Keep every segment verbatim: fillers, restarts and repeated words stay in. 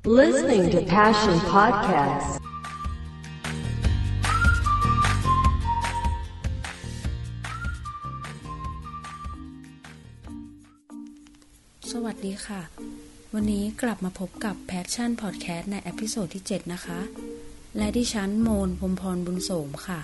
Listening to Passion Podcast สวัสดีค่ะวันนี้กลับมาพบกับ Passion Podcast ในเอพิโซดที่เจ็ดนะคะและดิฉันโมนพรหมพรบุญโสมค่ะ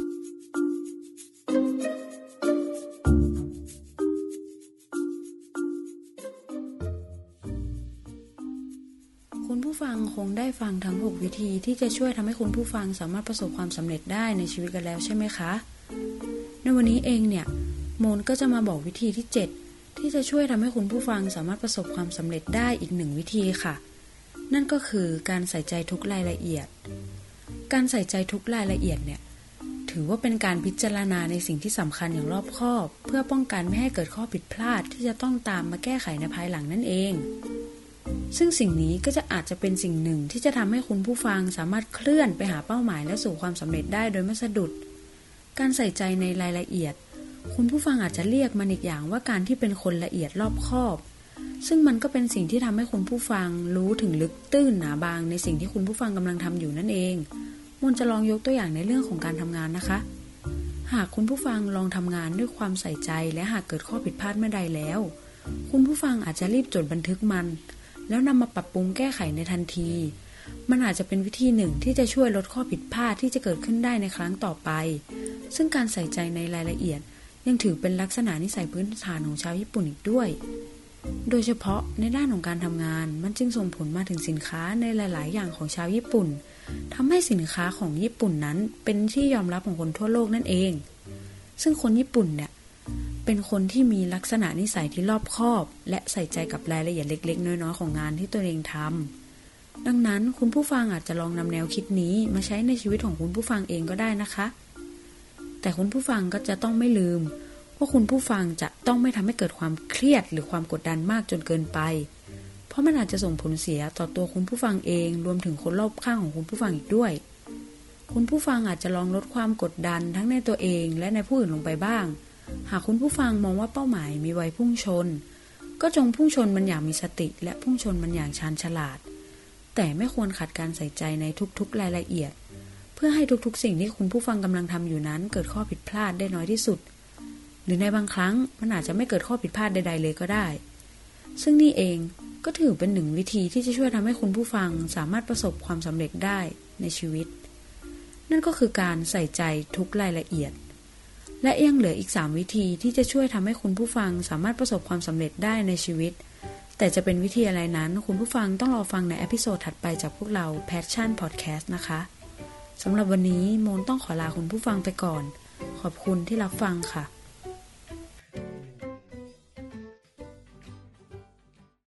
คุณผู้ฟังคงได้ฟังทั้งหกวิธีที่จะช่วยทำให้คุณผู้ฟังสามารถประสบความสำเร็จได้ในชีวิตกันแล้วใช่ไหมคะในวันนี้เองเนี่ยโมนก็จะมาบอกวิธีที่เจ็ดที่จะช่วยทำให้คุณผู้ฟังสามารถประสบความสำเร็จได้อีกหนึ่งวิธีค่ะนั่นก็คือการใส่ใจทุกรายละเอียดการใส่ใจทุกรายละเอียดเนี่ยถือว่าเป็นการพิจารณาในสิ่งที่สำคัญอย่างรอบคอบเพื่อป้องกันไม่ให้เกิดข้อผิดพลาดที่จะต้องตามมาแก้ไขในภายหลังนั่นเองซึ่งสิ่งนี้ก็จะอาจจะเป็นสิ่งหนึ่งที่จะทำให้คุณผู้ฟังสามารถเคลื่อนไปหาเป้าหมายและสู่ความสำเร็จได้โดยไม่สะดุดการใส่ใจในรายละเอียดคุณผู้ฟังอาจจะเรียกมันอีกอย่างว่าการที่เป็นคนละเอียดรอบคอบซึ่งมันก็เป็นสิ่งที่ทำให้คุณผู้ฟังรู้ถึงลึกตื้นหนาบางในสิ่งที่คุณผู้ฟังกำลังทำอยู่นั่นเองมนจะลองยกตัวอย่างในเรื่องของการทำงานนะคะหากคุณผู้ฟังลองทำงานด้วยความใส่ใจและหากเกิดข้อผิดพลาดเมื่อใดแล้วคุณผู้ฟังอาจจะรีบจดบันทึกมันแล้วนำมาปรับปรุงแก้ไขในทันทีมันอาจจะเป็นวิธีหนึ่งที่จะช่วยลดข้อผิดพลาดที่จะเกิดขึ้นได้ในครั้งต่อไปซึ่งการใส่ใจในรายละเอียดยังถือเป็นลักษณะนิสัยพื้นฐานของชาวญี่ปุ่นอีกด้วยโดยเฉพาะในด้านของการทำงานมันจึงส่งผลมาถึงสินค้าในหลายๆอย่างของชาวญี่ปุ่นทำให้สินค้าของญี่ปุ่นนั้นเป็นที่ยอมรับของคนทั่วโลกนั่นเองซึ่งคนญี่ปุ่นเนี่ยเป็นคนที่มีลักษณะนิสัยที่รอบคอบและใส่ใจกับรายละเอียดเล็กๆน้อยๆของงานที่ตัวเองทำดังนั้นคุณผู้ฟังอาจจะลองนำแนวคิดนี้มาใช้ในชีวิตของคุณผู้ฟังเองก็ได้นะคะแต่คุณผู้ฟังก็จะต้องไม่ลืมว่าคุณผู้ฟังจะต้องไม่ทำให้เกิดความเครียดหรือความกดดันมากจนเกินไปเพราะมันอาจจะส่งผลเสียต่อตัวคุณผู้ฟังเองรวมถึงคนรอบข้างของคุณผู้ฟังอีกด้วยคุณผู้ฟังอาจจะลองลดความกดดันทั้งในตัวเองและในผู้อื่นลงไปบ้างหากคุณผู้ฟังมองว่าเป้าหมายมีไว้พุ่งชนก็จงพุ่งชนมันอย่างมีสติและพุ่งชนมันอย่างชาญฉลาดแต่ไม่ควรขัดการใส่ใจในทุกๆรายละเอียดเพื่อให้ทุกๆสิ่งที่คุณผู้ฟังกำลังทำอยู่นั้นเกิดข้อผิดพลาดได้น้อยที่สุดหรือในบางครั้งมันอาจจะไม่เกิดข้อผิดพลาดใดๆเลยก็ได้ซึ่งนี่เองก็ถือเป็นหนึ่งวิธีที่จะช่วยทำให้คุณผู้ฟังสามารถประสบความสำเร็จได้ในชีวิตนั่นก็คือการใส่ใจทุกรายละเอียดและยังเหลืออีกสามวิธีที่จะช่วยทำให้คุณผู้ฟังสามารถประสบความสำเร็จได้ในชีวิตแต่จะเป็นวิธีอะไรนั้นคุณผู้ฟังต้องรอฟังในเอพิโซดถัดไปจากพวกเรา Passion Podcast นะคะสำหรับวันนี้โมนต้องขอลาคุณผู้ฟังไปก่อนขอบคุณที่รับฟังค่ะ